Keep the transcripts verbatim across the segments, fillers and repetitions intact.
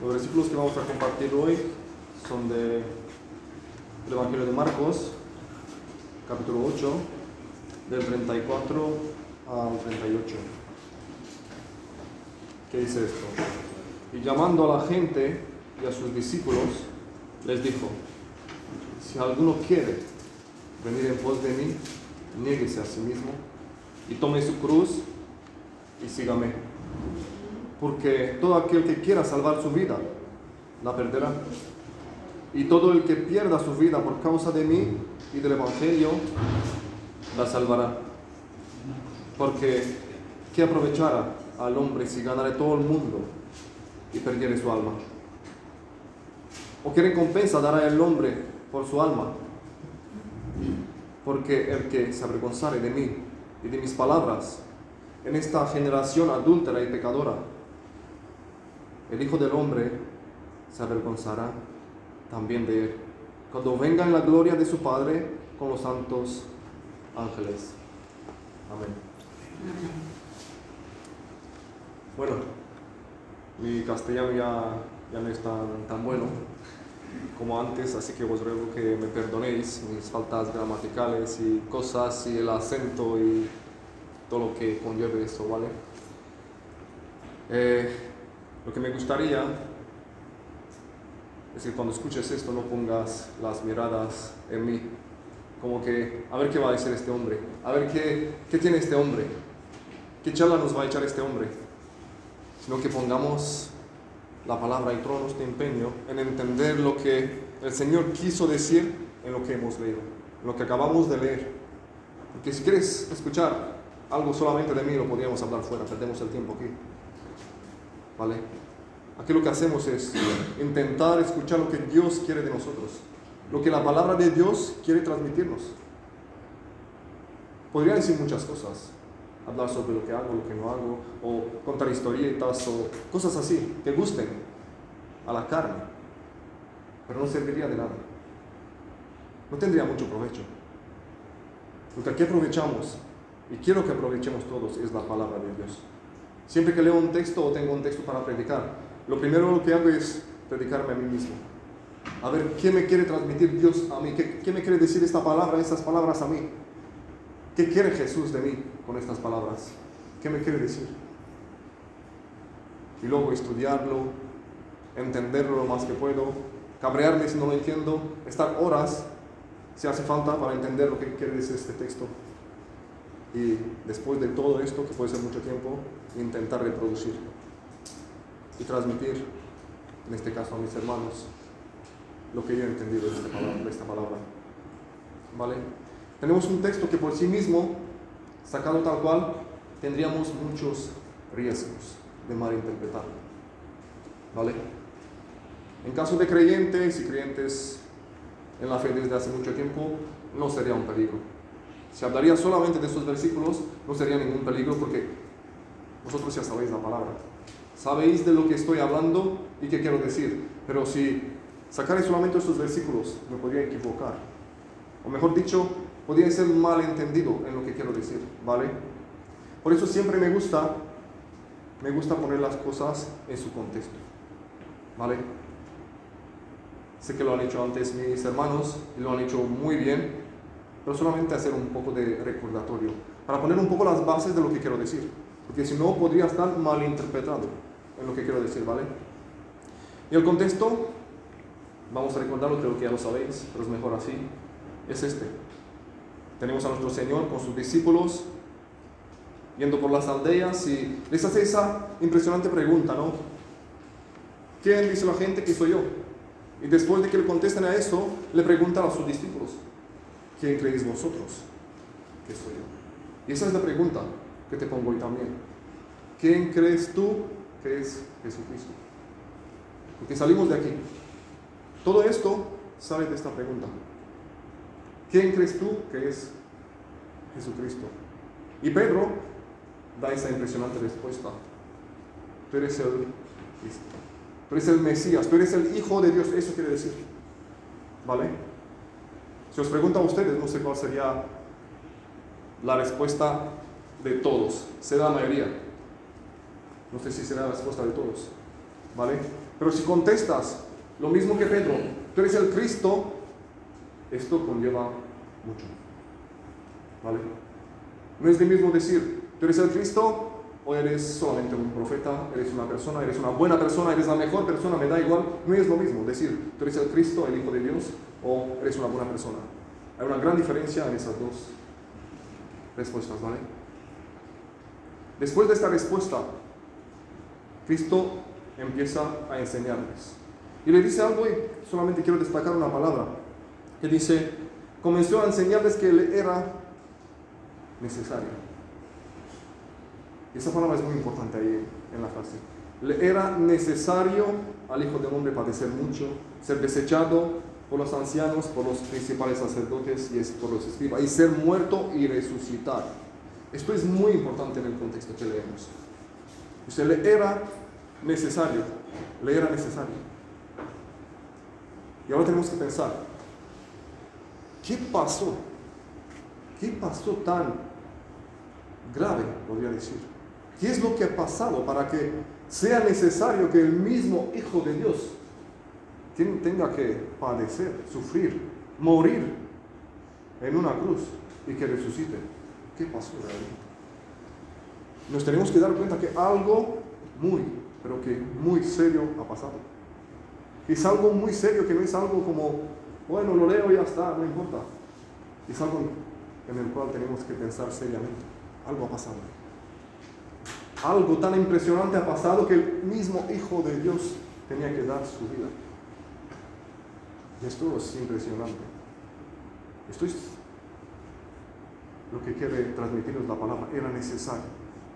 Los versículos que vamos a compartir hoy son de, del Evangelio de Marcos, capítulo ocho, del treinta y cuatro al treinta y ocho. ¿Qué dice esto? Y llamando a la gente y a sus discípulos, les dijo: si alguno quiere venir en pos de mí, niéguese a sí mismo y tome su cruz y sígame. Porque todo aquel que quiera salvar su vida, la perderá. Y todo el que pierda su vida por causa de mí y del Evangelio, la salvará. Porque ¿qué aprovechará al hombre si ganare todo el mundo y perdiere su alma? ¿O qué recompensa dará el hombre por su alma? Porque el que se avergonzare de mí y de mis palabras en esta generación adúltera y pecadora, el Hijo del Hombre se avergonzará también de él, cuando venga en la gloria de su Padre con los santos ángeles. Amén. Bueno, mi castellano ya, ya no es tan, tan bueno como antes, así que os ruego que me perdonéis mis faltas gramaticales y cosas, y el acento y todo lo que conlleve eso, ¿vale? Eh, lo que me gustaría es que cuando escuches esto no pongas las miradas en mí, como que a ver qué va a decir este hombre, a ver qué, qué tiene este hombre, qué charla nos va a echar este hombre, sino que pongamos la palabra y todo nuestro empeño en entender lo que el Señor quiso decir en lo que hemos leído, en lo que acabamos de leer. Porque si quieres escuchar algo solamente de mí, lo podríamos hablar fuera, perdemos el tiempo aquí, ¿vale? Aquí lo que hacemos es intentar escuchar lo que Dios quiere de nosotros, lo que la palabra de Dios quiere transmitirnos. Podría decir muchas cosas, hablar sobre lo que hago, lo que no hago, o contar historietas, o cosas así, que gusten a la carne, pero no serviría de nada. No tendría mucho provecho. Lo que aquí aprovechamos, y quiero que aprovechemos todos, es la palabra de Dios. Siempre que leo un texto o tengo un texto para predicar, lo primero lo que hago es predicarme a mí mismo. A ver, ¿qué me quiere transmitir Dios a mí? ¿Qué, qué me quiere decir esta palabra, estas palabras a mí? ¿Qué quiere Jesús de mí con estas palabras? ¿Qué me quiere decir? Y luego estudiarlo, entenderlo lo más que puedo, cabrearme si no lo entiendo, estar horas si hace falta para entender lo que quiere decir este texto. Y después de todo esto, que puede ser mucho tiempo, intentar reproducir y transmitir, en este caso a mis hermanos, lo que yo he entendido de esta palabra. De esta palabra. ¿Vale? Tenemos un texto que por sí mismo, sacado tal cual, tendríamos muchos riesgos de malinterpretarlo. ¿Vale? En caso de creyentes y creyentes en la fe desde hace mucho tiempo, no sería un peligro. Si hablaría solamente de estos versículos, no sería ningún peligro, porque vosotros ya sabéis la palabra. Sabéis de lo que estoy hablando y qué quiero decir. Pero si sacaré solamente estos versículos, me podría equivocar. O mejor dicho, podría ser mal entendido en lo que quiero decir, ¿vale? Por eso siempre me gusta, me gusta poner las cosas en su contexto, ¿vale? Sé que lo han hecho antes mis hermanos y lo han hecho muy bien, pero solamente hacer un poco de recordatorio, para poner un poco las bases de lo que quiero decir, porque si no podría estar mal interpretado en lo que quiero decir, ¿vale? Y el contexto, vamos a recordarlo, creo que ya lo sabéis, pero es mejor así, es este. Tenemos a nuestro Señor con sus discípulos, yendo por las aldeas, y les hace esa impresionante pregunta, ¿no? ¿Quién dice la gente que soy yo? Y después de que le contesten a eso, le preguntan a sus discípulos: ¿quién creéis vosotros que soy yo? Y esa es la pregunta que te pongo hoy también. ¿Quién crees tú que es Jesucristo? Porque salimos de aquí. Todo esto sale de esta pregunta. ¿Quién crees tú que es Jesucristo? Y Pedro da esa impresionante respuesta: tú eres el Cristo, tú eres el Mesías, tú eres el Hijo de Dios. Eso quiere decir, ¿vale? Si os pregunto a ustedes, no sé cuál sería la respuesta de todos. Será la mayoría. No sé si será la respuesta de todos, ¿vale? Pero si contestas lo mismo que Pedro, tú eres el Cristo, esto conlleva mucho. ¿Vale? No es lo mismo decir, tú eres el Cristo o eres solamente un profeta, eres una persona, eres una buena persona, eres la mejor persona, me da igual. No es lo mismo decir, tú eres el Cristo, el Hijo de Dios, o eres una buena persona. Hay una gran diferencia en esas dos respuestas, ¿vale? Después de esta respuesta, Cristo empieza a enseñarles. Y le dice algo y solamente quiero destacar una palabra. Que dice, comenzó a enseñarles que le era necesario. Y esa palabra es muy importante ahí en la frase. Le era necesario al Hijo del Hombre padecer mucho, ser desechado por los ancianos, por los principales sacerdotes y por los escribas, y ser muerto y resucitar. Esto es muy importante en el contexto que leemos. Dice, le era necesario, le era necesario. Y ahora tenemos que pensar, ¿qué pasó? ¿Qué pasó tan grave, podría decir? ¿Qué es lo que ha pasado para que sea necesario que el mismo Hijo de Dios tenga que padecer, sufrir, morir en una cruz y que resucite? ¿Qué pasó realmente? Nos tenemos que dar cuenta que algo muy, pero que muy serio ha pasado. Es algo muy serio, que no es algo como, bueno, lo leo y ya está, no importa. Es algo en el cual tenemos que pensar seriamente. Algo ha pasado. Algo tan impresionante ha pasado que el mismo Hijo de Dios tenía que dar su vida. Y esto es impresionante. Esto es lo que quiere transmitirnos la palabra. Era necesario.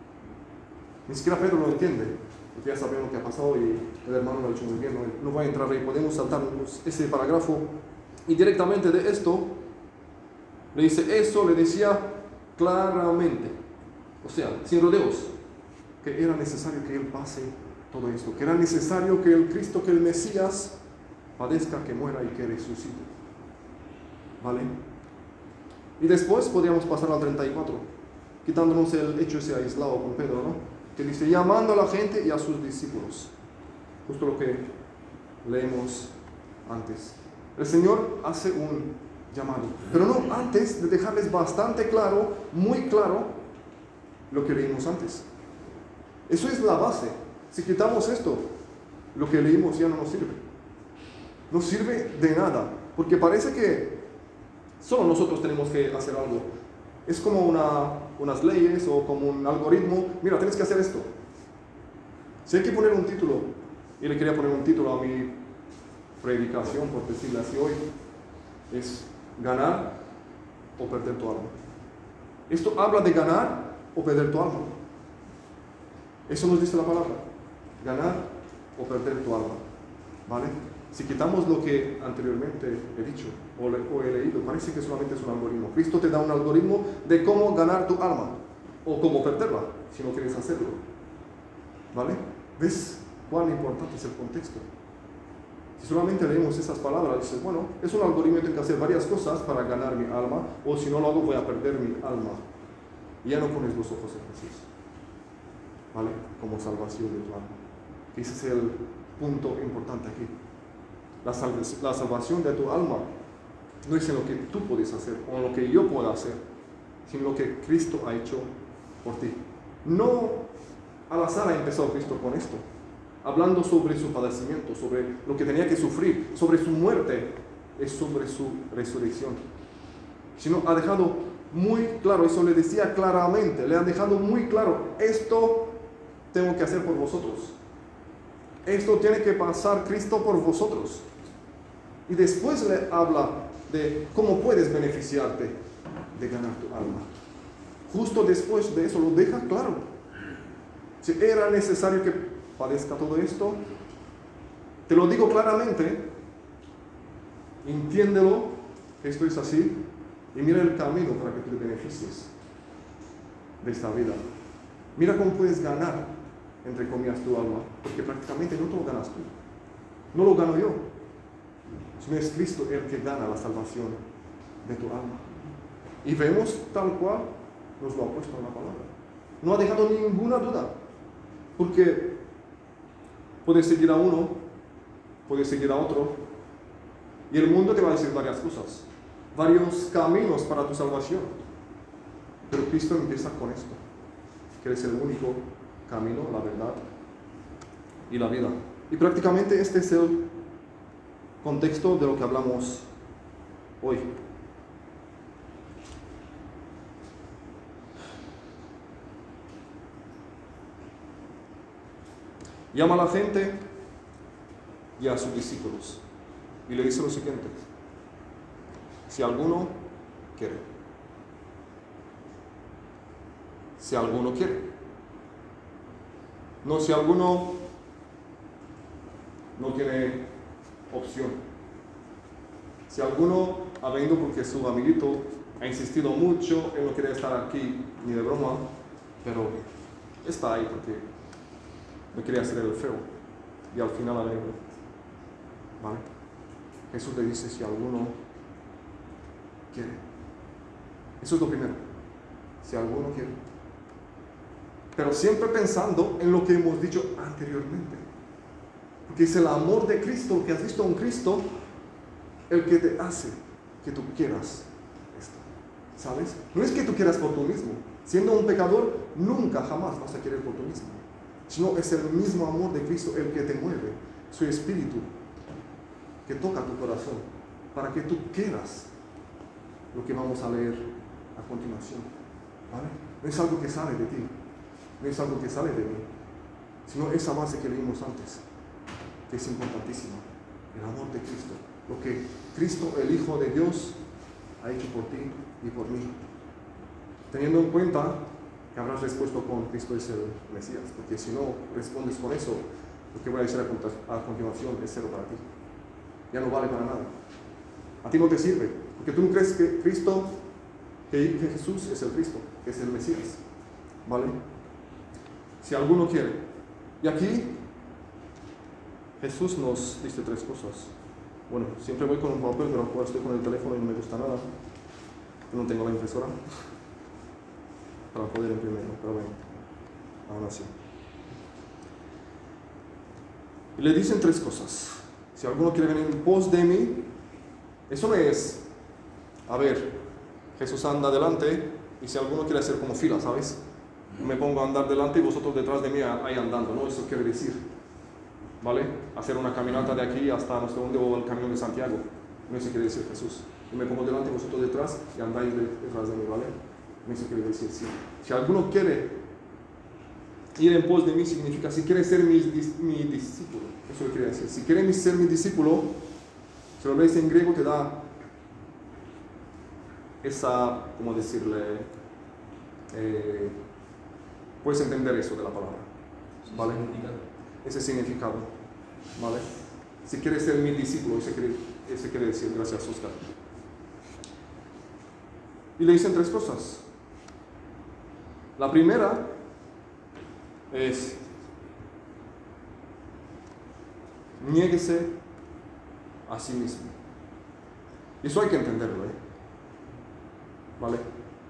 Ni siquiera Pedro lo entiende, porque ya sabemos lo que ha pasado y el hermano lo ha hecho muy bien. No, no va a entrar ahí. Podemos saltarnos ese parágrafo. Y directamente de esto, le dice, eso le decía claramente. O sea, sin rodeos. Que era necesario que Él pase todo esto. Que era necesario que el Cristo, que el Mesías, padezca, que muera y que resucite. ¿Vale? Y después podríamos pasar al treinta y cuatro, quitándonos el hecho ese aislado con Pedro, ¿no? Que dice, llamando a la gente y a sus discípulos. Justo lo que leemos antes. El Señor hace un llamado. Pero no antes de dejarles bastante claro, muy claro, lo que leímos antes. Eso es la base. Si quitamos esto, lo que leímos ya no nos sirve. No sirve de nada. Porque parece que solo nosotros tenemos que hacer algo. Es como una, unas leyes o como un algoritmo. Mira, tienes que hacer esto. Si hay que poner un título, y le quería poner un título a mi predicación, por decirlo así hoy, es ganar o perder tu alma. Esto habla de ganar o perder tu alma. Eso nos dice la palabra. Ganar o perder tu alma. ¿Vale? Si quitamos lo que anteriormente he dicho o, le, o he leído, parece que solamente es un algoritmo. Cristo te da un algoritmo de cómo ganar tu alma o cómo perderla, si no quieres hacerlo. ¿Vale? ¿Ves cuán importante es el contexto? Si solamente leemos esas palabras, dices, bueno, es un algoritmo, tengo que hacer varias cosas para ganar mi alma, o si no lo hago voy a perder mi alma. Y ya no pones los ojos en Jesús. ¿Vale? Como salvación de tu alma. Ese es el punto importante aquí. La, sal la salvación de tu alma no es en lo que tú puedes hacer o en lo que yo puedo hacer, sino en lo que Cristo ha hecho por ti. No al azar ha empezado Cristo con esto, hablando sobre su padecimiento, sobre lo que tenía que sufrir, sobre su muerte, es sobre su resurrección. Sino ha dejado muy claro, eso le decía claramente, le han dejado muy claro, esto tengo que hacer por vosotros. Esto tiene que pasar Cristo por vosotros. Y después le habla de cómo puedes beneficiarte de ganar tu alma. Justo después de eso lo deja claro. Si era necesario que padezca todo esto, te lo digo claramente, entiéndelo, que esto es así, y mira el camino para que tú te beneficies de esta vida. Mira cómo puedes ganar, entre comillas, tu alma, porque prácticamente no te lo ganas tú, no lo gano yo, sino es Cristo el que gana la salvación de tu alma. Y vemos tal cual nos lo ha puesto en la palabra. No ha dejado ninguna duda, porque puedes seguir a uno puedes seguir a otro. Y el mundo te va a decir varias cosas, varios caminos para tu salvación. Pero Cristo empieza con esto, que es el único camino, la verdad y la vida. Y prácticamente este es el contexto de lo que hablamos hoy. Llama a la gente y a sus discípulos y le dice lo siguiente: si alguno quiere, si alguno quiere, no si alguno no tiene opción, si alguno ha venido porque su amiguito ha insistido mucho, él no quiere estar aquí ni de broma, pero está ahí porque no quería hacer el feo y al final ha venido, ¿vale? Jesús le dice: si alguno quiere. Eso es lo primero, si alguno quiere, pero siempre pensando en lo que hemos dicho anteriormente, porque es el amor de Cristo, que has visto a un Cristo, el que te hace que tú quieras esto, ¿sabes? No es que tú quieras por tú mismo. Siendo un pecador, nunca jamás vas a querer por tú mismo, sino es el mismo amor de Cristo el que te mueve, su espíritu que toca tu corazón para que tú quieras lo que vamos a leer a continuación, ¿vale? No es algo que sale de ti, no es algo que sale de mí, sino esa base que leímos antes, que es importantísima, el amor de Cristo, lo que Cristo, el Hijo de Dios, ha hecho por ti y por mí, teniendo en cuenta que habrás respuesto con Cristo es el Mesías, porque si no respondes con eso, lo que voy a decir a continuación es cero para ti, ya no vale para nada, a ti no te sirve, porque tú no crees que Cristo, que Jesús es el Cristo, que es el Mesías, ¿vale? Si alguno quiere, y aquí Jesús nos dice tres cosas. Bueno, siempre voy con un papel, pero ahora estoy con el teléfono y no me gusta nada, no tengo la impresora para poder imprimirlo, pero bueno, aún así. Y le dicen tres cosas. Si alguno quiere venir en pos de mí, eso no es, a ver, Jesús anda adelante y si alguno quiere hacer como fila, ¿sabes? Me pongo a andar delante y vosotros detrás de mí ahí andando, ¿no? Eso quiere decir, ¿vale? Hacer una caminata de aquí hasta no sé dónde o el Camino de Santiago. No eso quiere decir Jesús. Yo me pongo delante y vosotros detrás y andáis detrás de mí, ¿vale? No eso quiere decir, sí. Si alguno quiere ir en pos de mí, significa si quiere ser mi, mi discípulo. Eso lo quiere decir. Si quiere ser mi discípulo, si lo lees en griego te da esa, ¿cómo decirle? Eh, puedes entender eso de la palabra, ¿vale? Ese significado, ¿vale? Si quieres ser mi discípulo, ese quiere, ese quiere decir, gracias Oscar. Y le dicen tres cosas. La primera es: niéguese a sí mismo. Y eso hay que entenderlo, ¿eh? ¿Vale?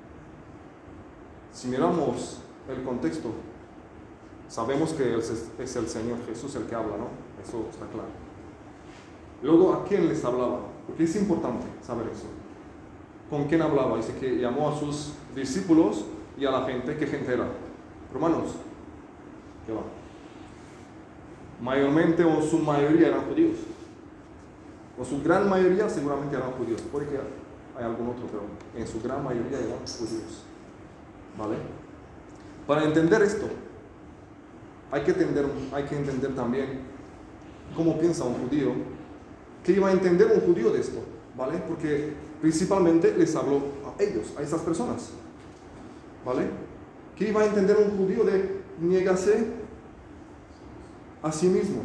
Si miramos el contexto, sabemos que es el Señor Jesús el que habla, ¿no? Eso está claro. Luego, ¿a quién les hablaba? Porque es importante saber eso. ¿Con quién hablaba? Dice que llamó a sus discípulos y a la gente. ¿Qué gente era? Romanos. ¿Qué va? Mayormente o su mayoría eran judíos. O su gran mayoría seguramente eran judíos. Puede que hay algún otro, pero en su gran mayoría eran judíos. ¿Vale? Para entender esto, hay que entender, hay que entender también cómo piensa un judío. ¿Qué iba a entender un judío de esto? ¿Vale? Porque principalmente les habló a ellos, a esas personas. ¿Vale? ¿Qué iba a entender un judío de niégase a sí mismo?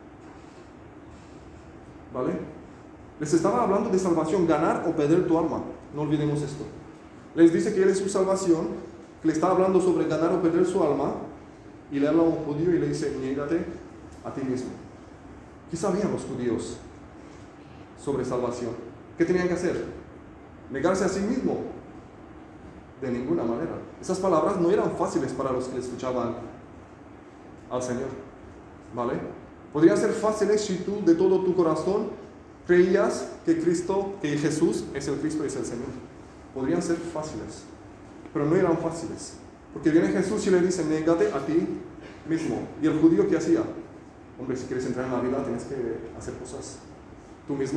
¿Vale? Les estaba hablando de salvación, ganar o perder tu alma. No olvidemos esto. Les dice que Él es su salvación, que le está hablando sobre ganar o perder su alma, y le habla a un judío y le dice: niégate a ti mismo. ¿Qué sabían los judíos sobre salvación? ¿Qué tenían que hacer? ¿Negarse a sí mismo? De ninguna manera. Esas palabras no eran fáciles para los que le escuchaban al Señor, ¿vale? Podrían ser fáciles si tú de todo tu corazón creías que Cristo, que Jesús es el Cristo y es el Señor. Podrían ser fáciles, pero no eran fáciles. Porque viene Jesús y le dice, négate a ti mismo. ¿Y el judío qué hacía? Hombre, si quieres entrar en la vida tienes que hacer cosas tú mismo.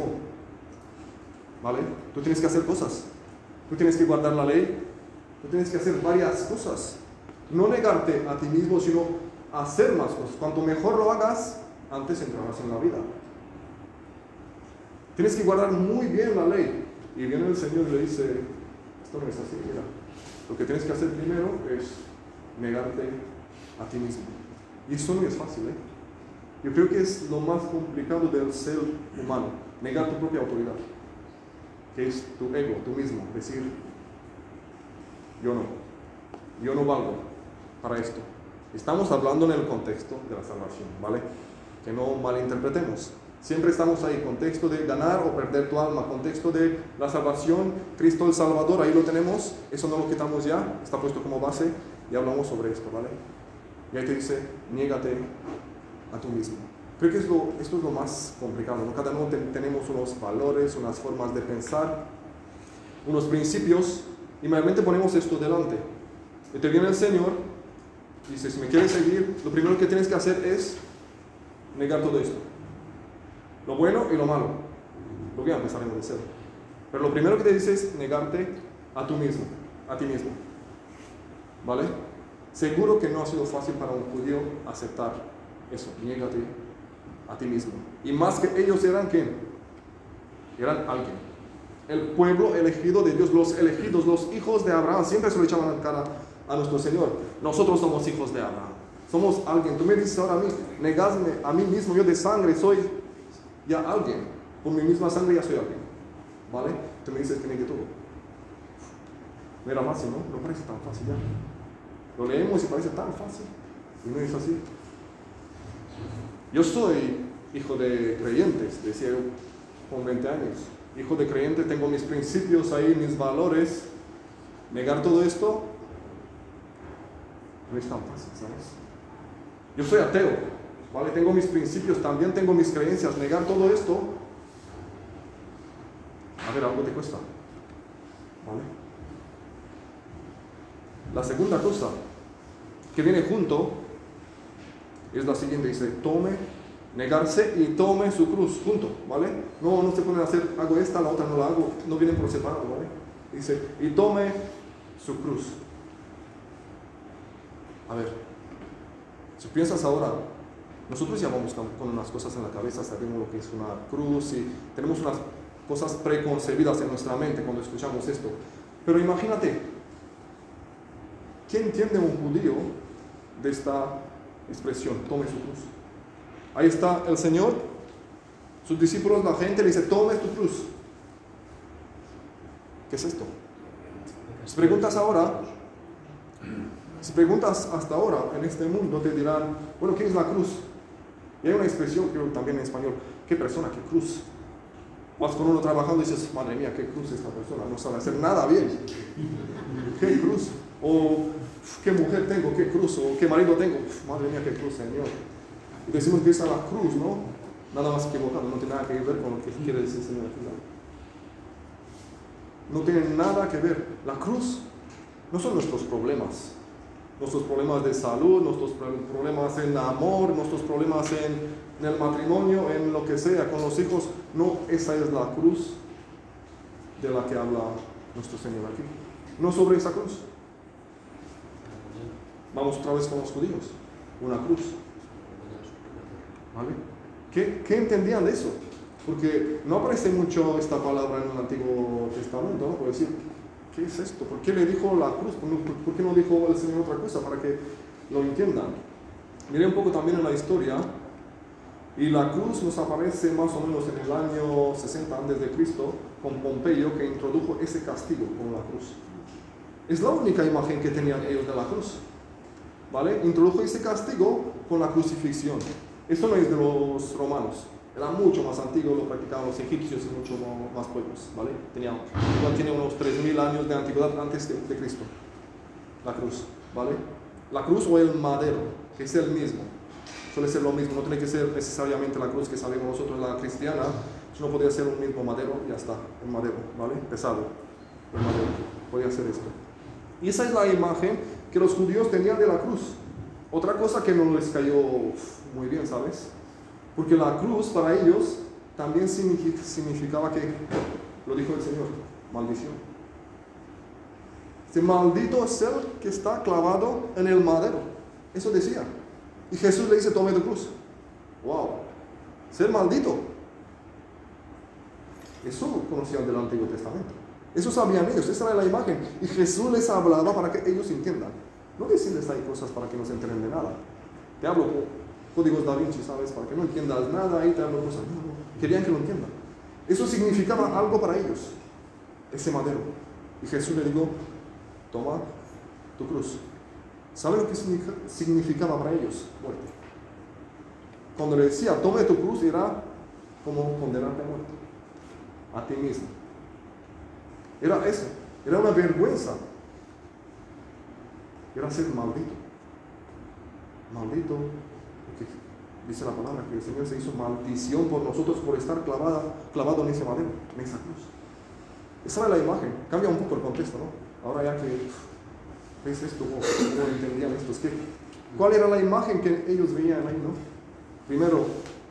¿Vale? Tú tienes que hacer cosas. Tú tienes que guardar la ley. Tú tienes que hacer varias cosas. No negarte a ti mismo, sino hacer más cosas. Cuanto mejor lo hagas, antes entrarás en la vida. Tienes que guardar muy bien la ley. Y viene el Señor y le dice, esto no es así, mira. Lo que tienes que hacer primero es negarte a ti mismo. Y eso no es fácil, ¿eh? Yo creo que es lo más complicado del ser humano, negar tu propia autoridad, que es tu ego, tú mismo, decir, yo no, yo no valgo para esto. Estamos hablando en el contexto de la salvación, ¿vale? Que no malinterpretemos. Siempre estamos ahí, contexto de ganar o perder tu alma, contexto de la salvación, Cristo el Salvador, ahí lo tenemos, eso no lo quitamos ya, está puesto como base y hablamos sobre esto, ¿vale? Y ahí te dice, niégate a tú mismo. Creo que es lo, esto es lo más complicado, ¿no? Cada uno te, tenemos unos valores, unas formas de pensar, unos principios, y realmente ponemos esto delante. Y te viene el Señor, y dice, si me quieres seguir, lo primero que tienes que hacer es negar todo esto. Lo bueno y lo malo. Luego ya empezaremos de cero. Pero lo primero que te dice es negarte a tú mismo, a ti mismo. ¿Vale? Seguro que no ha sido fácil para un judío aceptar eso. Niégate a ti mismo. Y más que ellos eran ¿quién? Eran alguien. El pueblo elegido de Dios, los elegidos, los hijos de Abraham. Siempre se lo echaban a cara a nuestro Señor. Nosotros somos hijos de Abraham. Somos alguien. Tú me dices ahora a mí, negadme a mí mismo, yo de sangre soy ya alguien, por mi misma sangre ya soy alguien, ¿vale? Tú me dices que niegue todo. No era fácil, ¿no? No parece tan fácil ya. Lo leemos y parece tan fácil, y no es así. Yo soy hijo de creyentes, decía yo con veinte años. Hijo de creyente, tengo mis principios ahí, mis valores. Negar todo esto no es tan fácil, ¿sabes? Yo soy ateo. ¿Vale? Tengo mis principios, también tengo mis creencias. Negar todo esto, a ver, algo te cuesta. ¿Vale? La segunda cosa que viene junto es la siguiente, dice, tome, negarse y tome su cruz junto, ¿vale? No, no se pueden hacer, hago esta, la otra no la hago, no vienen por separado, ¿vale? Dice, y tome su cruz. A ver, si piensas ahora, nosotros ya vamos con, con unas cosas en la cabeza, sabemos lo que es una cruz y tenemos unas cosas preconcebidas en nuestra mente cuando escuchamos esto. Pero imagínate, ¿qué entiende un judío de esta expresión? Tome su cruz. Ahí está el Señor, sus discípulos, la gente le dice, tome tu cruz. ¿Qué es esto? Si preguntas ahora, si preguntas hasta ahora en este mundo, te dirán, bueno, ¿qué es la cruz? Y hay una expresión, creo también en español, ¿qué persona, qué cruz? Vas con uno trabajando y dices, madre mía, qué cruz esta persona, no sabe hacer nada bien. ¿Qué cruz? O qué mujer tengo, qué cruz, o qué marido tengo, madre mía, qué cruz, Señor. Y decimos que es la cruz, ¿no? Nada más equivocado, no tiene nada que ver con lo que quiere decir el Señor. No tiene nada que ver. La cruz no son nuestros problemas. Nuestros problemas de salud, nuestros problemas en amor, nuestros problemas en, en el matrimonio, en lo que sea, con los hijos. No, esa es la cruz de la que habla nuestro Señor aquí. No sobre esa cruz. Vamos otra vez con los judíos. Una cruz. ¿Vale? ¿Qué, qué entendían de eso? Porque no aparece mucho esta palabra en el Antiguo Testamento, ¿no? Por decir, ¿qué es esto? ¿Por qué le dijo la cruz? ¿Por qué no dijo el Señor otra cosa? Para que lo entiendan. Miré un poco también en la historia, y la cruz nos aparece más o menos en el año sesenta antes de Cristo, con Pompeyo, que introdujo ese castigo con la cruz. Es la única imagen que tenían ellos de la cruz, ¿vale? Introdujo ese castigo con la crucifixión. Esto no es de los romanos, era mucho más antiguo, lo practicaban los egipcios y mucho más pueblos, ¿vale? Tenía, igual tiene unos tres mil años de antigüedad antes de, de Cristo, la cruz, ¿vale? La cruz o el madero, que es el mismo. suele ser lo mismo, no tiene que ser necesariamente la cruz que sabemos nosotros, la cristiana, sino podría ser un mismo madero, y ya está, el madero, ¿vale? Pesado, el madero, podría ser esto. Y esa es la imagen que los judíos tenían de la cruz. Otra cosa que no les cayó muy bien, ¿sabes? Porque la cruz para ellos también significaba que, lo dijo el Señor, maldición. Este maldito es el que está clavado en el madero. Eso decía. Y Jesús le dice, tome tu cruz. Wow. Ser maldito. Eso conocían del Antiguo Testamento. Eso sabían ellos. Esa era la imagen. Y Jesús les hablaba para que ellos entiendan. No decirles hay cosas para que no se enteren de nada. Te hablo con códigos Da Vinci, ¿sabes? Para que no entiendas nada y te hablo cosas. No, no. Querían que lo entiendan. Eso significaba algo para ellos. Ese madero. Y Jesús le dijo, toma tu cruz. ¿Sabe lo que significaba para ellos? Muerte. Cuando le decía, tome tu cruz, era como condenarte a muerte. A ti mismo. Era eso. Era una vergüenza. Era ser maldito. Maldito. Porque dice la palabra que el Señor se hizo maldición por nosotros por estar clavada, clavado en ese madero, en esa cruz. Esa era la imagen. Cambia un poco el contexto, ¿no? Ahora ya que ves esto, ¿cómo, cómo entendían estos? ¿Qué? ¿Cuál era la imagen que ellos veían ahí, no? Primero,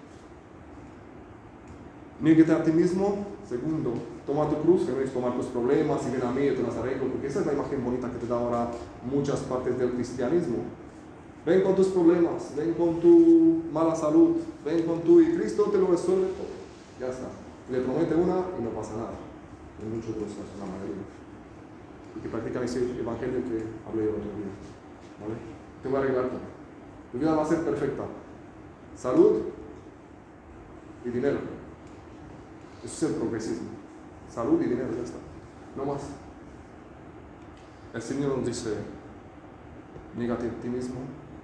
niéguete a ti mismo. Segundo, toma tu cruz, que no es tomar tus problemas y ven a mí, yo te las arreglo, porque esa es la imagen bonita que te da ahora muchas partes del cristianismo. Ven con tus problemas, ven con tu mala salud, ven con tu y Cristo te lo resuelve todo. Ya está. Le promete una y no pasa nada. En muchos de los casos, la mayoría. Y que practican ese evangelio que hablé el otro día. ¿Vale? Te voy a arreglar todo. Tu vida va a ser perfecta. Salud y dinero. Eso es el progresismo. Salud y dinero, ya está. No más. El Señor nos dice, niégate a ti mismo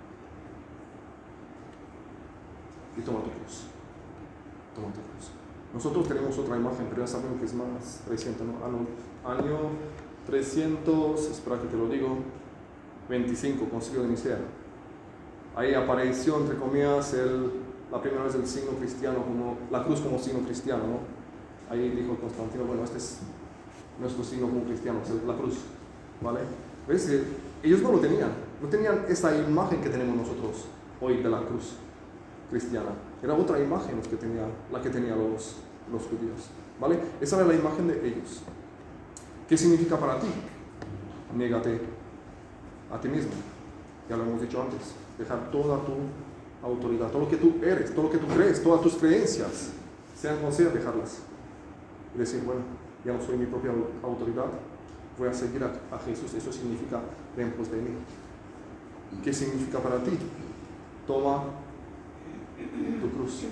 y toma tu cruz. Toma tu cruz. Nosotros tenemos otra imagen, pero ya sabemos que es más reciente, ¿no? Año trescientos, espera que te lo digo, veinticinco, Concilio de Nicea. Ahí apareció, entre comillas, el, la primera vez el signo cristiano, como, la cruz como signo cristiano, ¿no? Ahí dijo Constantino, bueno, este es nuestro signo como cristiano, es la cruz, ¿vale? ¿Ves? Ellos no lo tenían, no tenían esa imagen que tenemos nosotros hoy de la cruz cristiana. Era otra imagen que tenía, la que tenían los, los judíos, ¿vale? Esa era la imagen de ellos. ¿Qué significa para ti? Niégate a ti mismo. Ya lo hemos dicho antes. Dejar toda tu autoridad, todo lo que tú eres, todo lo que tú crees, todas tus creencias, sean conocidas, dejarlas. Y decir, bueno, ya no soy mi propia autoridad, voy a seguir a, a Jesús. Eso significa ven pos de mí. ¿Qué significa para ti? Toma tu cruz.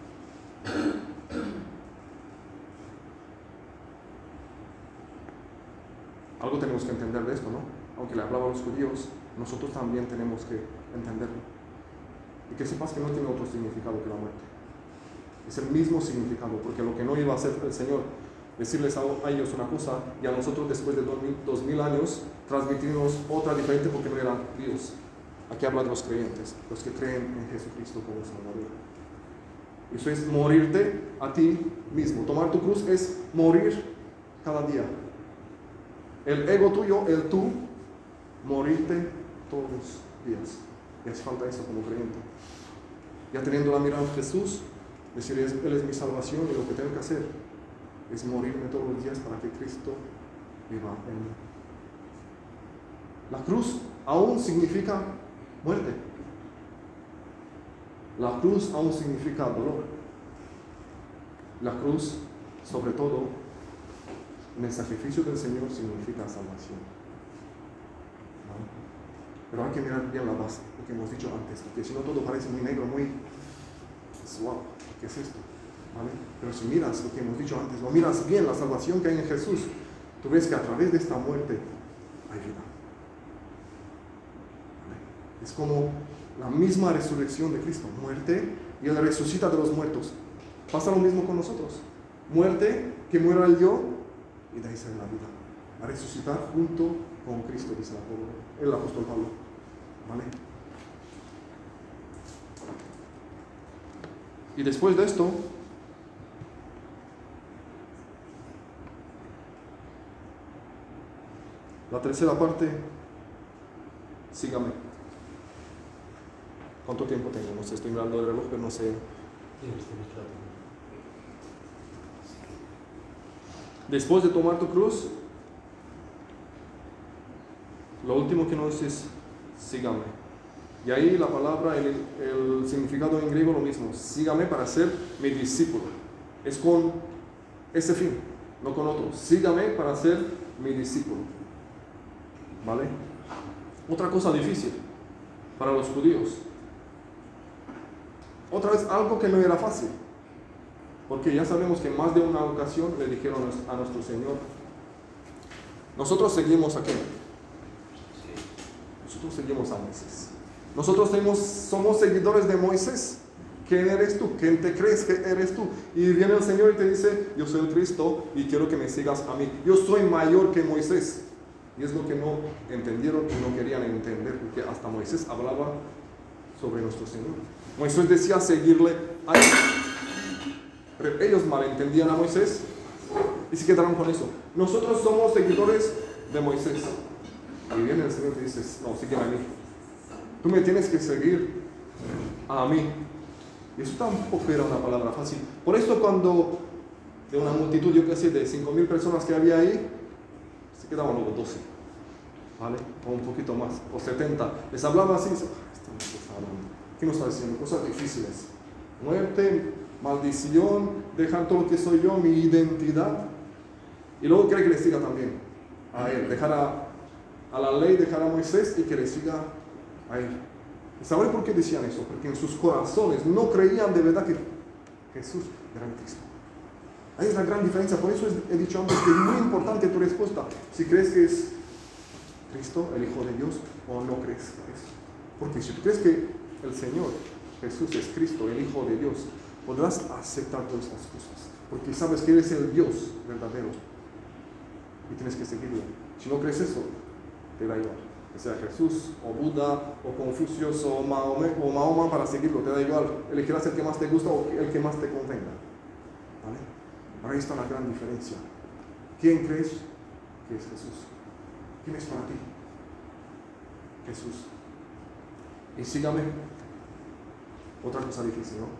Algo tenemos que entender de esto, ¿no? Aunque le hablaba a los judíos, nosotros también tenemos que entenderlo. Y que sepas que no tiene otro significado que la muerte. Es el mismo significado, porque lo que no iba a hacer el Señor, decirles a ellos una cosa, y a nosotros después de dos mil, dos mil años, transmitirnos otra diferente porque no eran Dios. Aquí habla de los creyentes, los que creen en Jesucristo como Salvador. Eso es morirte a ti mismo. Tomar tu cruz es morir cada día. El ego tuyo, el tú, morirte todos los días. Y hace falta eso como creyente. Ya teniendo la mirada en Jesús, decir, Él es mi salvación y lo que tengo que hacer es morirme todos los días para que Cristo viva en mí. La cruz aún significa muerte. La cruz aún significa dolor. La cruz, sobre todo, en el sacrificio del Señor significa salvación. ¿No? Pero hay que mirar bien la base, lo que hemos dicho antes, porque si no todo parece muy negro, muy suave. ¿Qué es esto? ¿Vale? Pero si miras lo que hemos dicho antes, lo miras bien, la salvación que hay en Jesús, tú ves que a través de esta muerte hay vida. ¿Vale? Es como la misma resurrección de Cristo, muerte, y Él resucita de los muertos. Pasa lo mismo con nosotros. Muerte, que muera el yo, y de ahí sale la vida. A resucitar junto con Cristo, dice el apóstol Pablo. ¿Vale? Y después de esto, la tercera parte, sígame. ¿Cuánto tiempo tengo? No sé, estoy mirando el reloj, pero no sé. Después de tomar tu cruz, lo último que nos dice es, sígame. Y ahí la palabra, el, el significado en griego lo mismo, sígame para ser mi discípulo. Es con ese fin, no con otro. Sígame para ser mi discípulo. ¿Vale? Otra cosa difícil para los judíos. Otra vez algo que no era fácil. Porque ya sabemos que en más de una ocasión le dijeron a nuestro Señor, nosotros seguimos a quién? Nosotros seguimos a Moisés. Nosotros tenemos, somos seguidores de Moisés. ¿Quién eres tú? ¿Quién te crees que eres tú? Y viene el Señor y te dice, yo soy el Cristo y quiero que me sigas a mí. Yo soy mayor que Moisés. Y es lo que no entendieron y no querían entender, porque hasta Moisés hablaba sobre nuestro Señor. Moisés decía seguirle a él. Pero ellos malentendían a Moisés y se quedaron con eso. Nosotros somos seguidores de Moisés. Y viene el Señor y te dice, no, sígueme a mí. Tú me tienes que seguir a mí. Y eso tampoco era una palabra fácil. Por eso cuando de una multitud, yo qué sé, de cinco mil personas que había ahí, se quedaban luego doce, ¿vale? O un poquito más, o setenta. Les hablaba así, ¿qué nos está diciendo? Cosas difíciles. Muerte, maldición, dejar todo lo que soy yo, mi identidad. Y luego quiere que le siga también a él, dejar a, a la ley, dejar a Moisés y que le siga a él. ¿Saben por qué decían eso? Porque en sus corazones no creían de verdad que Jesús era el Cristo. Ahí es la gran diferencia. Por eso he dicho antes que es muy importante tu respuesta. Si crees que es Cristo, el Hijo de Dios, o no crees que es. Porque si tú crees que el Señor Jesús es Cristo, el Hijo de Dios, podrás aceptar todas estas cosas. Porque sabes que eres el Dios verdadero. Y tienes que seguirlo. Si no crees eso, te da igual. Que sea Jesús, o Buda, o Confucio, o Mahoma, o Mahoma, para seguirlo, te da igual. Elegirás el que más te gusta o el que más te convenga. ¿Vale? Ahí está la gran diferencia. ¿Quién crees que es Jesús? ¿Quién es para ti? Jesús. Y sígame. Otra cosa difícil, ¿no?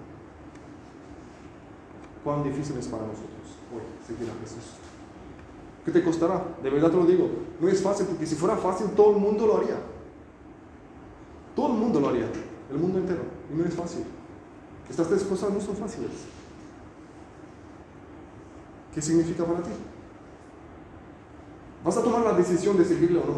¿Cuán difícil es para nosotros hoy seguir a Jesús? ¿Qué te costará? De verdad te lo digo. No es fácil, porque si fuera fácil todo el mundo lo haría. Todo el mundo lo haría. El mundo entero. Y no es fácil. Estas tres cosas no son fáciles. ¿Qué significa para ti? ¿Vas a tomar la decisión de seguirle o no?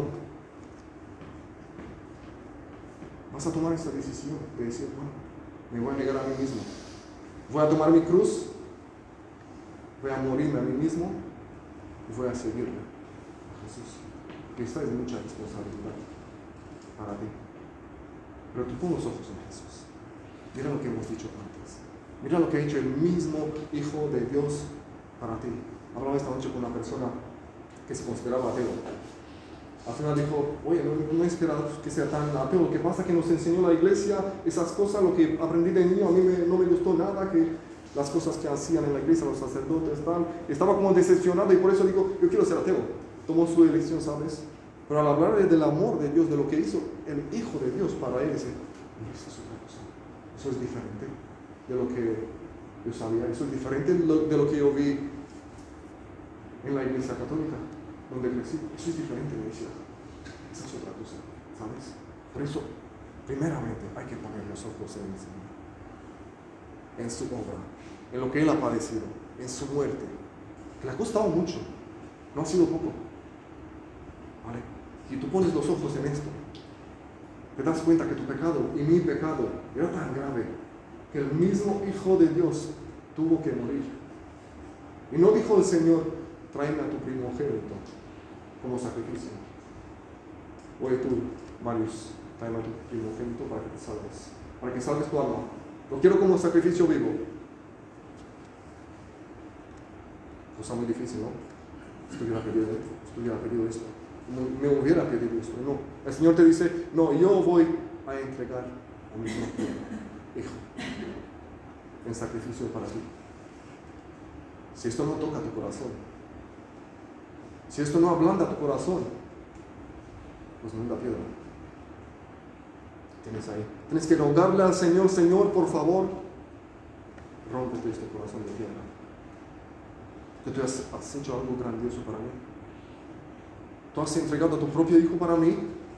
¿Vas a tomar esa decisión de decir, bueno, me voy a negar a mí mismo? Voy a tomar mi cruz, voy a morirme a mí mismo y voy a seguirle a Jesús. Que esta es mucha responsabilidad para ti. Pero tú pon los ojos en Jesús. Mira lo que hemos dicho antes. Mira lo que ha hecho el mismo Hijo de Dios para ti. Hablaba esta noche con una persona que se consideraba ateo. Al final dijo, oye, no, no esperaba que sea tan ateo. Lo que pasa es que nos enseñó la iglesia esas cosas, lo que aprendí de niño, a mí me, no me gustó nada, que las cosas que hacían en la iglesia los sacerdotes, tal. Estaba como decepcionado y por eso digo, yo quiero ser ateo. Tomó su elección, ¿sabes? Pero al hablar del amor de Dios, de lo que hizo el Hijo de Dios para él, dice, eso es otra cosa. Eso es diferente de lo que yo sabía. Eso es diferente de lo, de lo que yo vi en la iglesia católica, donde crecí. Eso es diferente, me decía. Esa es otra cosa, ¿sabes? Por eso, primeramente, hay que poner los ojos en el Señor, en su obra, en lo que Él ha padecido, en su muerte, que le ha costado mucho, no ha sido poco. ¿Vale? Si tú pones los ojos en esto, te das cuenta que tu pecado y mi pecado era tan grave que el mismo Hijo de Dios tuvo que morir. Y no dijo el Señor, tráeme a tu primogénito como sacrificio. Oye tú, Marius, tráeme a tu primogénito para que te salves, para que salves tu alma. Lo quiero como sacrificio vivo. Cosa muy difícil, ¿no? Esto hubiera pedido, esto hubiera pedido esto. Me hubiera pedido esto. No. El Señor te dice, no, yo voy a entregar a mi propio Hijo. en sacrificio para ti. Si esto no toca tu corazón, si esto no ablanda tu corazón, pues nunca piedra. Tienes ahí. Tienes que rogarle al Señor, Señor, por favor, rómpete este corazón de piedra. Que tú has, has hecho algo grandioso para mí. Tú has entregado a tu propio hijo para mí.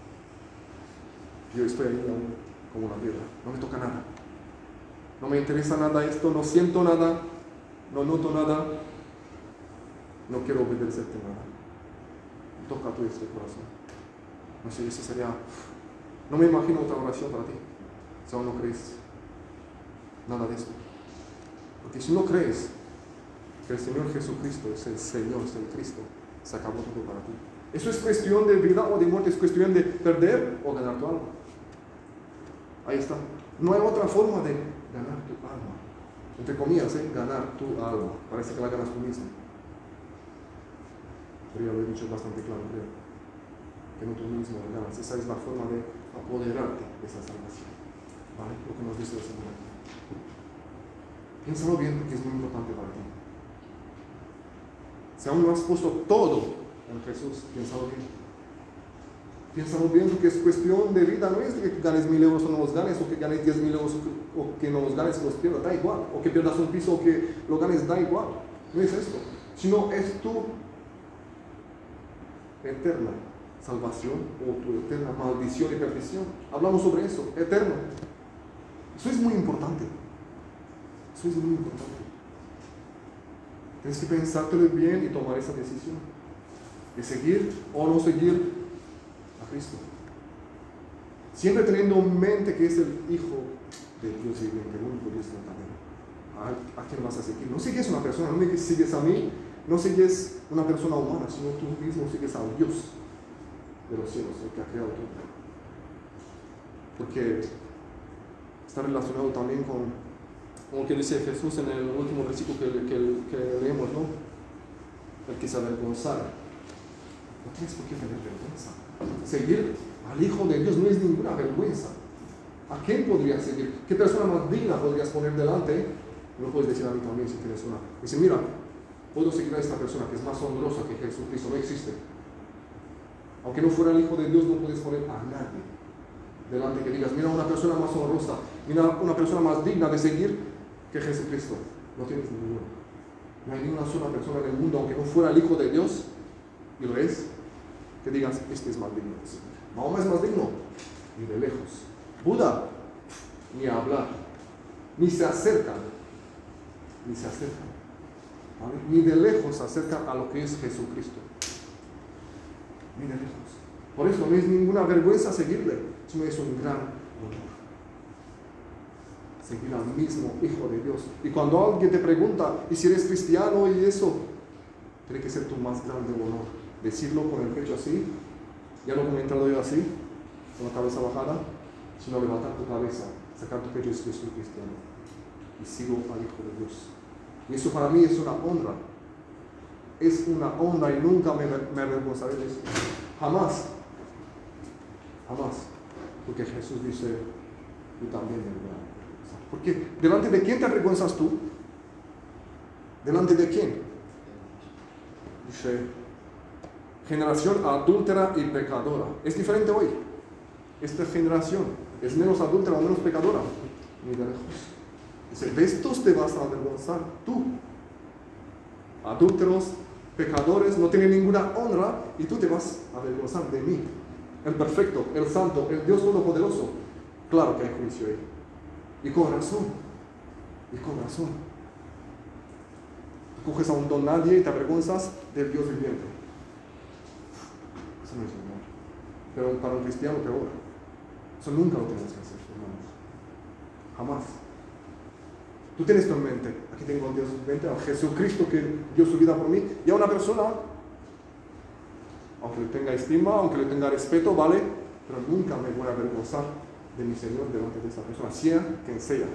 Yo estoy ahí aún como una piedra. No me toca nada. No me interesa nada esto, no siento nada, no noto nada. No quiero obedecerte nada. Toca tú este corazón. No sé, eso sería... No me imagino otra oración para ti, si aún no crees nada de esto. Porque si no crees que el Señor Jesucristo es el Señor, es el Cristo, se acabó todo para ti. Eso es cuestión de vida o de muerte, es cuestión de perder o ganar tu alma. Ahí está. No hay otra forma de ganar tu alma. Entre comillas, ¿eh? Ganar tu alma. Parece que la ganas tú mismo. Pero ya lo he dicho bastante claro, creo. Que no tú mismo la ganas. Esa es la forma de apoderarte de esa salvación. ¿Vale? Lo que nos dice el Señor. Piénsalo bien porque es muy importante para ti. Si aún no has puesto todo en Jesús, piénsalo bien. Piénsalo bien porque es cuestión de vida. No es de que ganes mil euros o no los ganes, o que ganes diez mil euros o que no los ganes o los pierdas, da igual. O que pierdas un piso o que lo ganes, da igual. No es esto. Sino es tu eterna salvación o tu eterna maldición y perdición. Hablamos sobre eso, eterno. Eso es muy importante. Eso es muy importante. Tienes que pensártelo bien y tomar esa decisión de seguir o no seguir a Cristo. Siempre teniendo en mente que es el Hijo de Dios viviente, el único Dios verdadero. ¿A, ¿A quién vas a seguir? No sigues a una persona, no me sigues a mí, no sigues a una persona humana, sino tú mismo sigues a Dios de los cielos, el que ha creado todo. Porque está relacionado también con, con lo que dice Jesús en el último versículo que, que, que leemos, ¿no? El que se avergonzara. No tienes por qué tener vergüenza. Seguir al Hijo de Dios no es ninguna vergüenza. ¿A quién podrías seguir? ¿Qué persona más digna podrías poner delante? No puedes decir a mí también si tienes una. Dice, mira, puedo seguir a esta persona que es más honrosa que Jesucristo. No existe. Aunque no fuera el Hijo de Dios, no puedes poner a nadie delante que digas, mira una persona más honrosa, mira una persona más digna de seguir que Jesucristo. No tienes ninguno. No hay ninguna sola persona en el mundo, aunque no fuera el Hijo de Dios, y lo es, que digas, este es más digno de seguir. Mahoma es más digno, ni de lejos. Buda, ni a hablar, ni se acercan, ni se acercan, ¿vale? Ni de lejos se acercan a lo que es Jesucristo. Ni de lejos. Por eso no es ninguna vergüenza seguirle, sino es un gran honor. Seguir al mismo Hijo de Dios. Y cuando alguien te pregunta, ¿y si eres cristiano y eso? Tiene que ser tu más grande honor. Decirlo con el pecho así, ya no como he entrado yo así, con la cabeza bajada, sino levantar tu cabeza, sacar tu pecho y decir, soy cristiano. Y sigo al Hijo de Dios. Y eso para mí es una honra. Es una honra y nunca me, me avergonzaré de eso. Jamás. Jamás. Porque Jesús dice, yo también me voy a avergonzar. Porque delante de quién te avergonzas tú? ¿Delante de quién? Dice, generación adúltera y pecadora. Es diferente hoy. Esta generación es menos adúltera o menos pecadora. Ni de lejos. Dice, de estos te vas a avergonzar tú. Adúlteros, pecadores, no tienen ninguna honra y tú te vas a avergonzar de mí. El perfecto, el santo, el Dios todopoderoso. Claro que hay juicio ahí. Y con razón. Y con razón. Coges a un don nadie y te avergonzas del Dios viviente. Eso no es honor. Pero para un cristiano peor. Eso nunca lo tenemos que hacer, hermanos. Jamás. Tú tienes esto en mente. Aquí tengo a Dios en mente, a Jesucristo que dio su vida por mí. Y a una persona, aunque le tenga estima, aunque le tenga respeto, ¿vale? Pero nunca me voy a avergonzar de mi Señor delante de esa persona, sea quien sea.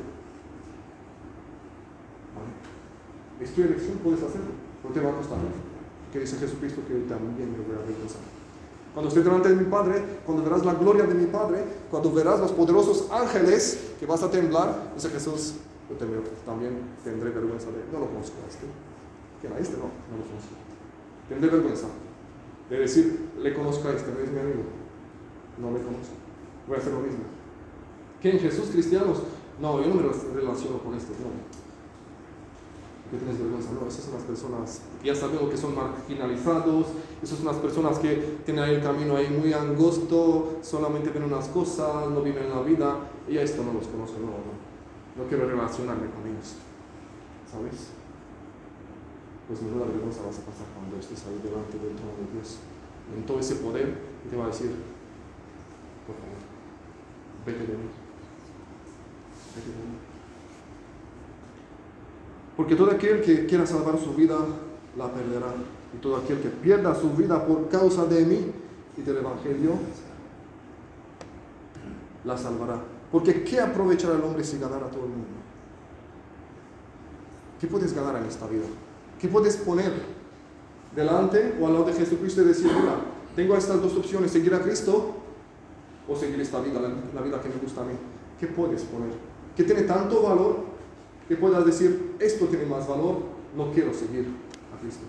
¿Vale? Es tu elección, puedes hacerlo. No te va a costar. Que dice Jesucristo que también me voy a avergonzar. Cuando esté delante de mi Padre, cuando verás la gloria de mi Padre, cuando verás los poderosos ángeles que vas a temblar, dice Jesús, yo también, también tendré vergüenza de, no lo conozco a este. ¿Quién a este? No, no lo conozco. Tendré vergüenza de decir, le conozco a este, no es mi amigo. No le conozco. Voy a hacer lo mismo. ¿Qué en Jesús cristianos? No, yo no me relaciono con estos, no. ¿Qué tienes vergüenza? No, esas son las personas, ya sabemos que son marginalizados, esas son las personas que tienen ahí el camino ahí muy angosto, solamente ven unas cosas, no viven la vida, y a esto no los conozco, no, no. No quiero relacionarme con ellos, ¿sabes? Pues menuda vergüenza vas a pasar cuando estés ahí delante del trono de Dios, en todo ese poder, y te va a decir, por favor, vete de mí, vete de mí. Porque todo aquel que quiera salvar su vida, la perderá. Y todo aquel que pierda su vida por causa de mí y del Evangelio, la salvará. Porque ¿qué aprovechará el hombre si ganara todo el mundo? ¿Qué puedes ganar en esta vida? ¿Qué puedes poner delante o al lado de Jesucristo y decir, mira, tengo estas dos opciones, seguir a Cristo o seguir esta vida, la, la vida que me gusta a mí? ¿Qué puedes poner? ¿Qué tiene tanto valor que puedas decir, esto tiene más valor, no quiero seguir a Cristo?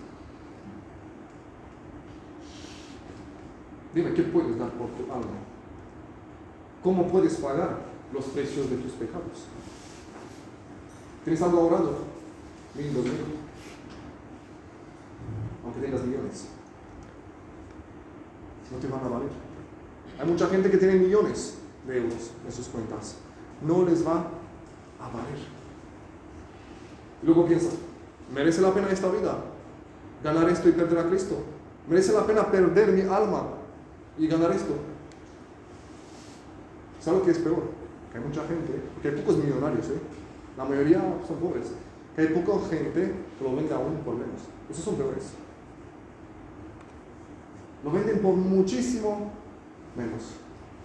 Dime, ¿qué puedes dar por tu alma? ¿Cómo puedes pagar los precios de tus pecados? ¿Tienes algo ahorrado? Mil, dos mil. Aunque tengas millones. No te van a valer. Hay mucha gente que tiene millones de euros en sus cuentas. No les va a valer. Y luego piensas, ¿merece la pena esta vida? ¿Ganar esto y perder a Cristo? ¿Merece la pena perder mi alma y ganar esto? ¿Sabes lo que es peor? Que hay mucha gente, porque hay pocos millonarios, ¿eh? La mayoría son pobres. Que hay poca gente que lo vende aún por menos. Esos son peores. Lo venden por muchísimo menos.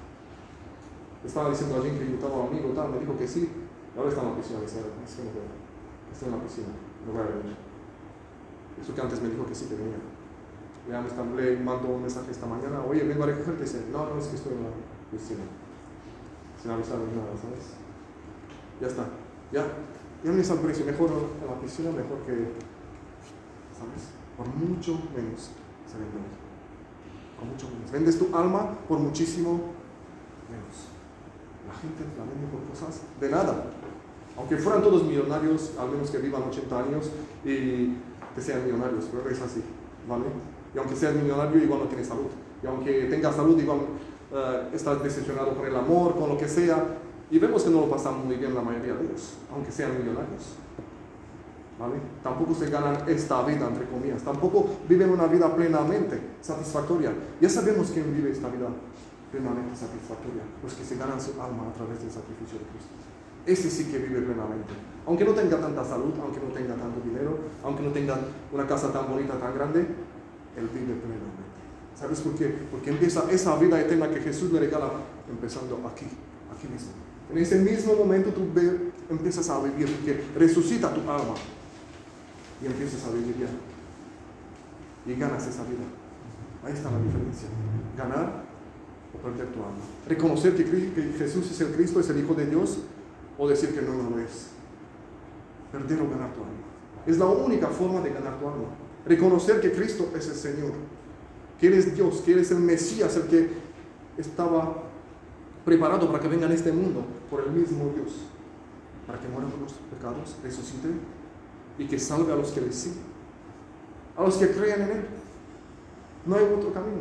Estaba diciendo a alguien que invitaba a un amigo, tal, me dijo que sí, y ahora está en la piscina, dice, es que no puedo. Estoy en la piscina, no voy a venir. Eso que antes me dijo que sí que venía. Ya me está, le mando un mensaje esta mañana, oye, vengo a recogerte, dice, no, no, es que estoy en la piscina. Sin avisarme nada, ¿sabes? Ya está, ya, ya no es al precio, mejor en la piscina, mejor que, ¿sabes? Por mucho menos se vende. Por mucho menos. Vendes tu alma por muchísimo menos. La gente la vende por cosas de nada. Aunque fueran todos millonarios, al menos que vivan ochenta años y que sean millonarios, pero es así, ¿vale? Y aunque seas millonario, igual no tienes salud. Y aunque tengas salud, igual uh, estás decepcionado con el amor, con lo que sea. Y vemos que no lo pasan muy bien la mayoría de ellos, aunque sean millonarios, ¿vale? Tampoco se ganan esta vida, entre comillas. Tampoco viven una vida plenamente satisfactoria. Ya sabemos quién vive esta vida plenamente satisfactoria, los que se ganan su alma a través del sacrificio de Cristo. Ese sí que vive plenamente. Aunque no tenga tanta salud, aunque no tenga tanto dinero, aunque no tenga una casa tan bonita, tan grande, él vive plenamente. ¿Sabes por qué? Porque empieza esa vida eterna que Jesús le regala empezando aquí, aquí mismo. En ese mismo momento tú ve, empiezas a vivir, que resucita tu alma y empiezas a vivir ya. Y ganas esa vida. Ahí está la diferencia. Ganar o perder tu alma. Reconocer que, que Jesús es el Cristo, es el Hijo de Dios, o decir que no, no lo es. Perder o ganar tu alma. Es la única forma de ganar tu alma. Reconocer que Cristo es el Señor, que Él es Dios, que Él es el Mesías, el que estaba preparado para que venga en este mundo por el mismo Dios, para que muera por nuestros pecados, resucite y que salve a los que le siguen, a los que creen en Él. No hay otro camino.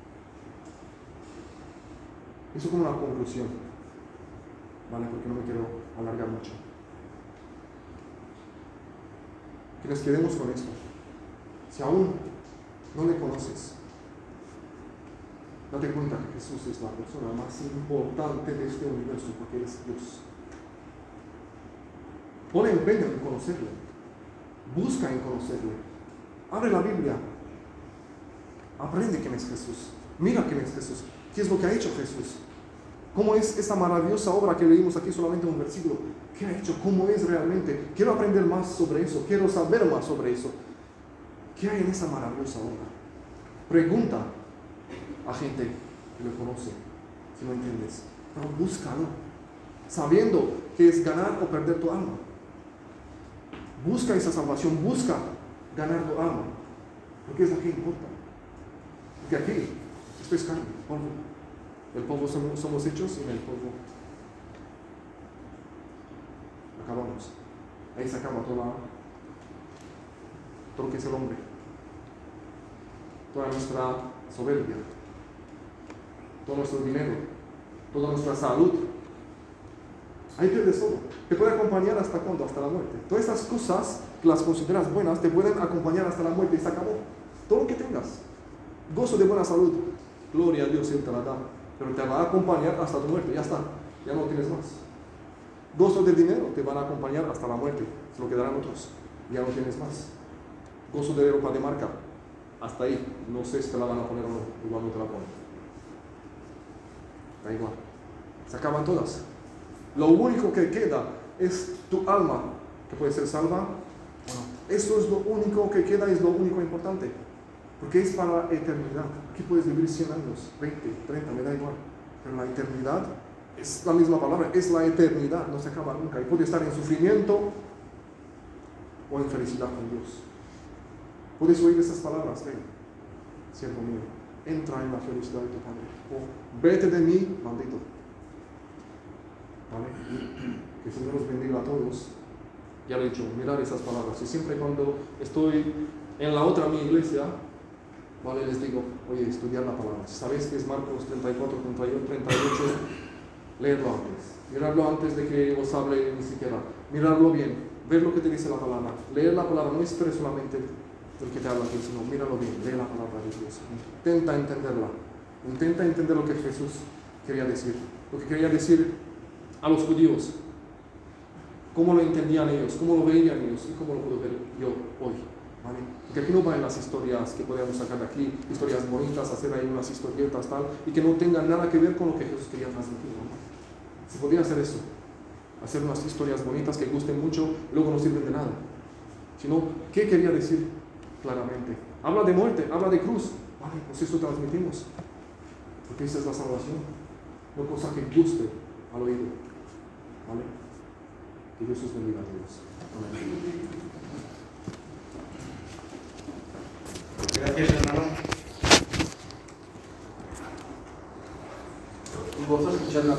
Eso como una conclusión, ¿vale? Porque no me quiero alargar mucho. Que nos quedemos con esto. Si aún no le conoces, date cuenta que Jesús es la persona más importante de este universo, porque Él es Dios. Pon empeño en conocerle. Busca en conocerle. Abre la Biblia. Aprende quién es Jesús. Mira quién es Jesús. ¿Qué es lo que ha hecho Jesús? ¿Cómo es esa maravillosa obra que leímos aquí solamente un versículo? ¿Qué ha hecho? ¿Cómo es realmente? Quiero aprender más sobre eso. Quiero saber más sobre eso. ¿Qué hay en esa maravillosa obra? Pregunta a gente que lo conoce, si no entiendes. Pero búscalo, sabiendo que es ganar o perder tu alma. Busca esa salvación, busca ganar tu alma, porque es lo que importa. Porque aquí, esto es carne, polvo. El polvo somos, somos hechos y en el polvo acabamos. Ahí se acaba toda, todo lo que es el hombre, toda nuestra soberbia, todo nuestro dinero, toda nuestra salud. Ahí pierdes todo. Te puede acompañar hasta cuándo, hasta la muerte. Todas estas cosas que las consideras buenas te pueden acompañar hasta la muerte y se acabó. Todo lo que tengas. Gozo de buena salud, gloria a Dios, Él te la da, pero te va a acompañar hasta tu muerte, ya está, ya no tienes más. Gozo de dinero te van a acompañar hasta la muerte, se lo quedarán otros, ya no tienes más. Gozo de ropa de marca, hasta ahí, no sé si te la van a poner o no, igual no te la ponen. Da igual, se acaban todas. Lo único que queda es tu alma, que puede ser salva. Bueno, eso es lo único que queda, es lo único importante. Porque es para la eternidad. Aquí puedes vivir cien años, veinte, treinta, me da igual. Pero la eternidad es la misma palabra, es la eternidad, no se acaba nunca. Y puede estar en sufrimiento o en felicidad con Dios. Puedes oír esas palabras, ven, siervo mío, entra en la felicidad de tu Padre. O vete de mí, maldito. ¿Vale? Que el Señor os bendiga a todos. Ya lo he dicho, mirar esas palabras. Y siempre cuando estoy en la otra mi iglesia, ¿vale? Les digo, oye, estudiar la palabra. Si sabéis que es Marcos treinta y cuatro, treinta y ocho, leerlo antes. Mirarlo antes de que os hable ni siquiera. Mirarlo bien, ver lo que te dice la palabra. Leer la palabra, no espere solamente el que te habla aquí, sino míralo bien, lee la palabra de Dios. Intenta entenderla. Intenta entender lo que Jesús quería decir. Lo que quería decir a los judíos. Cómo lo entendían ellos, cómo lo veían ellos y cómo lo puedo ver yo hoy. ¿Vale? Porque aquí no van las historias que podemos sacar de aquí, historias bonitas, hacer ahí unas historietas tal, y que no tengan nada que ver con lo que Jesús quería transmitir, ¿no? Se podía hacer eso, hacer unas historias bonitas que gusten mucho y luego no sirven de nada. Sino, ¿qué quería decir claramente? Habla de muerte, habla de cruz, vale, pues eso transmitimos, porque esa es la salvación, no cosa que guste al oído, ¿vale? Que Dios os bendiga a todos. Amén. Gracias, hermano.